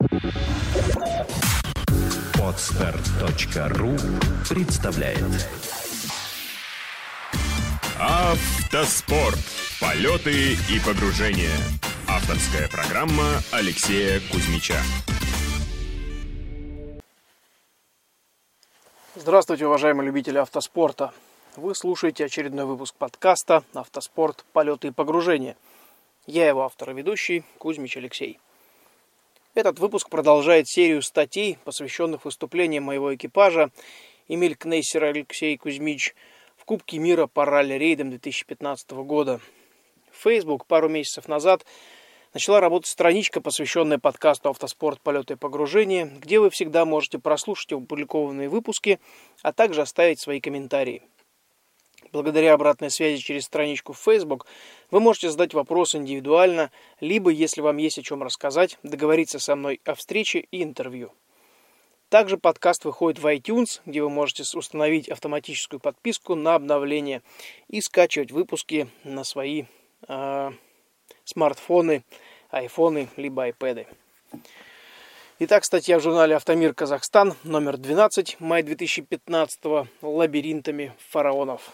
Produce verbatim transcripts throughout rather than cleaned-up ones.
Подстер точка ру представляет Автоспорт. Полеты и погружения. Авторская программа Алексея Кузьмича. Здравствуйте, уважаемые любители автоспорта. Вы слушаете очередной выпуск подкаста «Автоспорт. Полеты и погружения». Я его автор и ведущий Кузьмич Алексей. Этот выпуск продолжает серию статей, посвященных выступлениям моего экипажа Эмиль-крейсер Алексей Кузьмич в Кубке мира по ралли-рейдам две тысячи пятнадцатого года. В Facebook пару месяцев назад начала работать страничка, посвященная подкасту «Автоспорт. Полеты и погружения», где вы всегда можете прослушать опубликованные выпуски, а также оставить свои комментарии. Благодаря обратной связи через страничку в Facebook вы можете задать вопрос индивидуально, либо, если вам есть о чем рассказать, договориться со мной о встрече и интервью. Также подкаст выходит в iTunes, где вы можете установить автоматическую подписку на обновление и скачивать выпуски на свои э, смартфоны, айфоны, либо айпэды. Итак, статья в журнале «Автомир Казахстан», номер двенадцать, май две тысячи пятнадцатого, «Лабиринтами фараонов».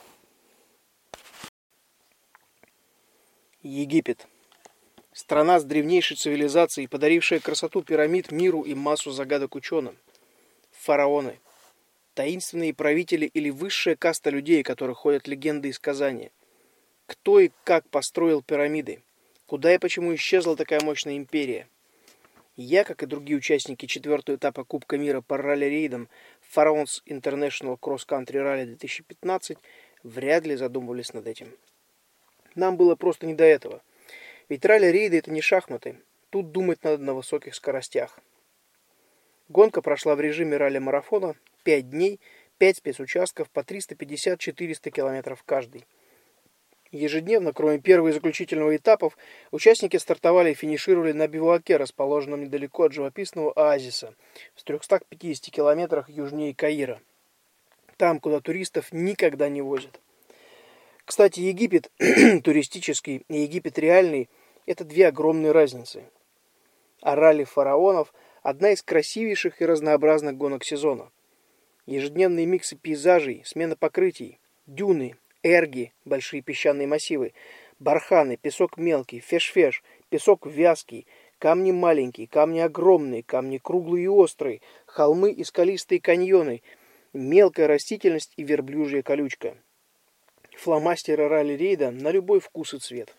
Египет. Страна с древнейшей цивилизацией, подарившая красоту пирамид миру и массу загадок ученым. Фараоны. Таинственные правители или высшая каста людей, о которых ходят легенды и сказания. Кто и как построил пирамиды? Куда и почему исчезла такая мощная империя? Я, как и другие участники четвертого этапа Кубка мира по ралли-рейдам Pharaons International Cross Country Rally две тысячи пятнадцать, вряд ли задумывались над этим. Нам было просто не до этого. Ведь ралли-рейды — это не шахматы. Тут думать надо на высоких скоростях. Гонка прошла в режиме ралли-марафона пять дней, пять спецучастков по триста пятьдесят - четыреста километров каждый. Ежедневно, кроме первого и заключительного этапов, участники стартовали и финишировали на бивуаке, расположенном недалеко от живописного оазиса, в трёхстах пятидесяти километрах южнее Каира. Там, куда туристов никогда не возят. Кстати, Египет туристический и Египет реальный – это две огромные разницы. А ралли фараонов – одна из красивейших и разнообразных гонок сезона. Ежедневные миксы пейзажей, смена покрытий, дюны, эрги, большие песчаные массивы, барханы, песок мелкий, феш-феш, песок вязкий, камни маленькие, камни огромные, камни круглые и острые, холмы и скалистые каньоны, мелкая растительность и верблюжья колючка. Фломастеры ралли-рейда на любой вкус и цвет.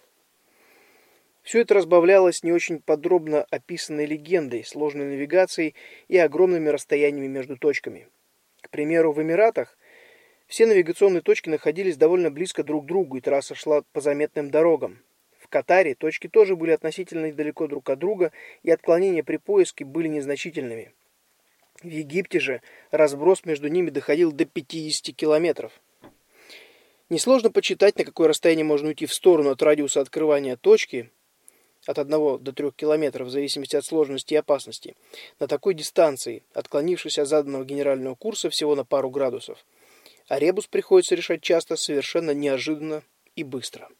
Все это разбавлялось не очень подробно описанной легендой, сложной навигацией и огромными расстояниями между точками. К примеру, в Эмиратах все навигационные точки находились довольно близко друг к другу, и трасса шла по заметным дорогам. В Катаре точки тоже были относительно недалеко друг от друга, и отклонения при поиске были незначительными. В Египте же разброс между ними доходил до пятидесяти километров. Несложно подсчитать, на какое расстояние можно уйти в сторону от радиуса открывания точки, от одного до трёх километров, в зависимости от сложности и опасности, на такой дистанции, отклонившись от заданного генерального курса всего на пару градусов. А ребус приходится решать часто, совершенно неожиданно и быстро.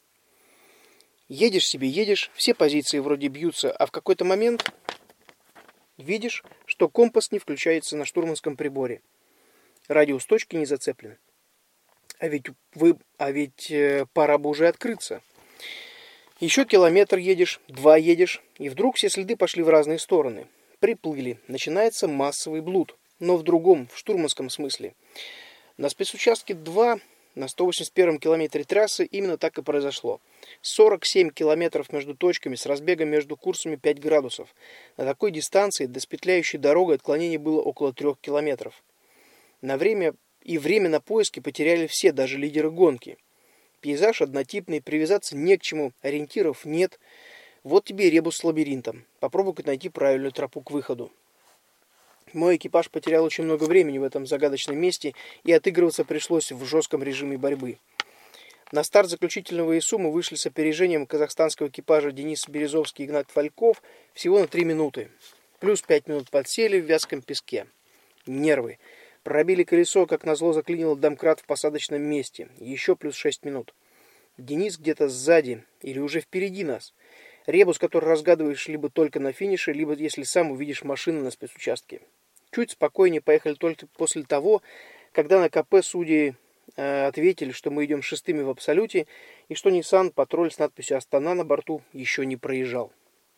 Едешь себе, едешь, все позиции вроде бьются, а в какой-то момент видишь, что компас не включается на штурманском приборе. Радиус точки не зацеплен. А ведь, вы, а ведь э, пора бы уже открыться. Еще километр едешь, два едешь, и вдруг все следы пошли в разные стороны. Приплыли. Начинается массовый блуд. Но в другом, в штурманском смысле. На спецучастке два, на сто восемьдесят первом километре трассы, именно так и произошло. сорок семь километров между точками с разбегом между курсами пять градусов. На такой дистанции до спетляющей дорогой отклонение было около трёх километров. На время и время на поиски потеряли все, даже лидеры гонки. Пейзаж однотипный, привязаться не к чему, ориентиров нет. Вот тебе и ребус с лабиринтом. Попробуй найти правильную тропу к выходу. Мой экипаж потерял очень много времени в этом загадочном месте, и отыгрываться пришлось в жестком режиме борьбы. На старт заключительного ИСУ мы вышли с опережением казахстанского экипажа Денис Березовский и Игнат Фальков всего на три минуты. Плюс пять минут подсели в вязком песке. Нервы. Пробили колесо, как назло заклинило домкрат в посадочном месте. Еще плюс шесть минут. Денис где-то сзади или уже впереди нас. Ребус, который разгадываешь либо только на финише, либо если сам увидишь машину на спецучастке. Чуть спокойнее поехали только после того, когда на КП судьи э, ответили, что мы идем шестыми в абсолюте, и что Nissan патруль с надписью «Астана» на борту еще не проезжал.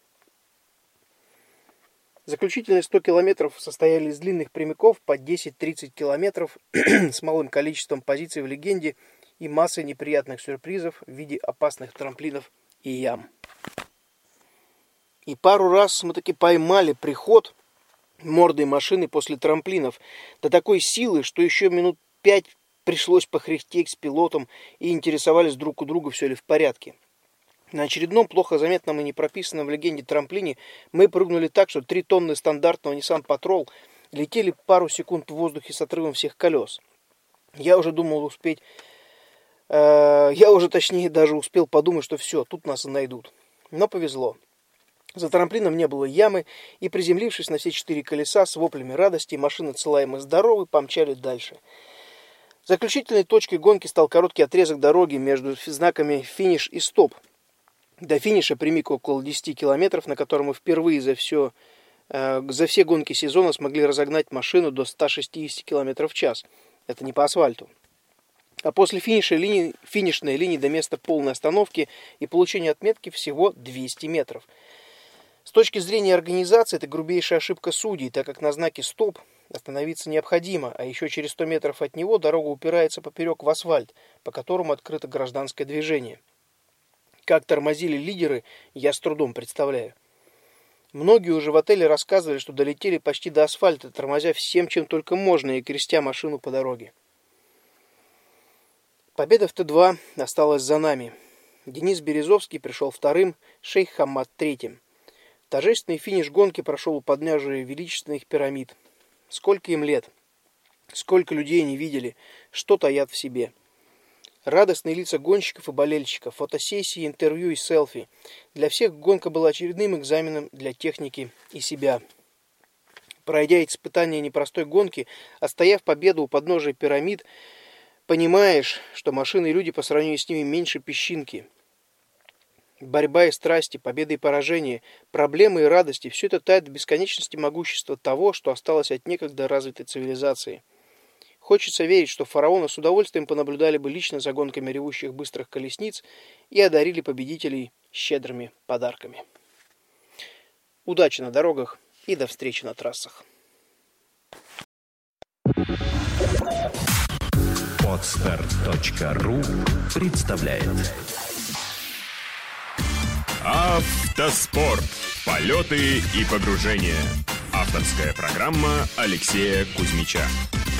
Заключительные сто километров состояли из длинных прямиков по десять-тридцать километров с малым количеством позиций в легенде и массой неприятных сюрпризов в виде опасных трамплинов и ям. И пару раз мы таки поймали приход мордой машины после трамплинов до такой силы, что еще минут пять пришлось похрестеть с пилотом и интересовались друг у друга, все ли в порядке. На очередном плохо заметном и не прописанном в легенде трамплине мы прыгнули так, что три тонны стандартного Nissan Patrol летели пару секунд в воздухе с отрывом всех колес. Я уже думал успеть... Э, я уже точнее даже успел подумать, что все, тут нас и найдут. Но повезло. За трамплином не было ямы, и, приземлившись на все четыре колеса с воплями радости, машины целая и здоровы помчали дальше. Заключительной точкой гонки стал короткий отрезок дороги между знаками «финиш» и «стоп». До финиша прямик около десяти километров, на котором мы впервые за, все, э, за все гонки сезона смогли разогнать машину до ста шестидесяти километров в час. Это не по асфальту. А после финиша линии, финишной линии до места полной остановки и получения отметки всего двести метров. С точки зрения организации, это грубейшая ошибка судей, так как на знаке «стоп» остановиться необходимо, а еще через сто метров от него дорога упирается поперек в асфальт, по которому открыто гражданское движение. Как тормозили лидеры, я с трудом представляю. Многие уже в отеле рассказывали, что долетели почти до асфальта, тормозя всем, чем только можно, и крестя машину по дороге. Победа в Т два осталась за нами. Денис Березовский пришел вторым, Шейх Хаммад третьим. Торжественный финиш гонки прошел у подножия величественных пирамид. Сколько им лет? Сколько людей не видели? Что таят в себе? Радостные лица гонщиков и болельщиков, фотосессии, интервью и селфи. Для всех гонка была очередным экзаменом для техники и себя. Пройдя испытания непростой гонки, отстояв победу у подножия пирамид, понимаешь, что машины и люди по сравнению с ними меньше песчинки. Борьба и страсти, победы и поражения, проблемы и радости – все это тает в бесконечности могущества того, что осталось от некогда развитой цивилизации. Хочется верить, что фараоны с удовольствием понаблюдали бы лично за гонками ревущих быстрых колесниц и одарили победителей щедрыми подарками. Удачи на дорогах и до встречи на трассах. Подстарт точка ру представляет Автоспорт. Полеты и погружения. Авторская программа Алексея Кузьмича.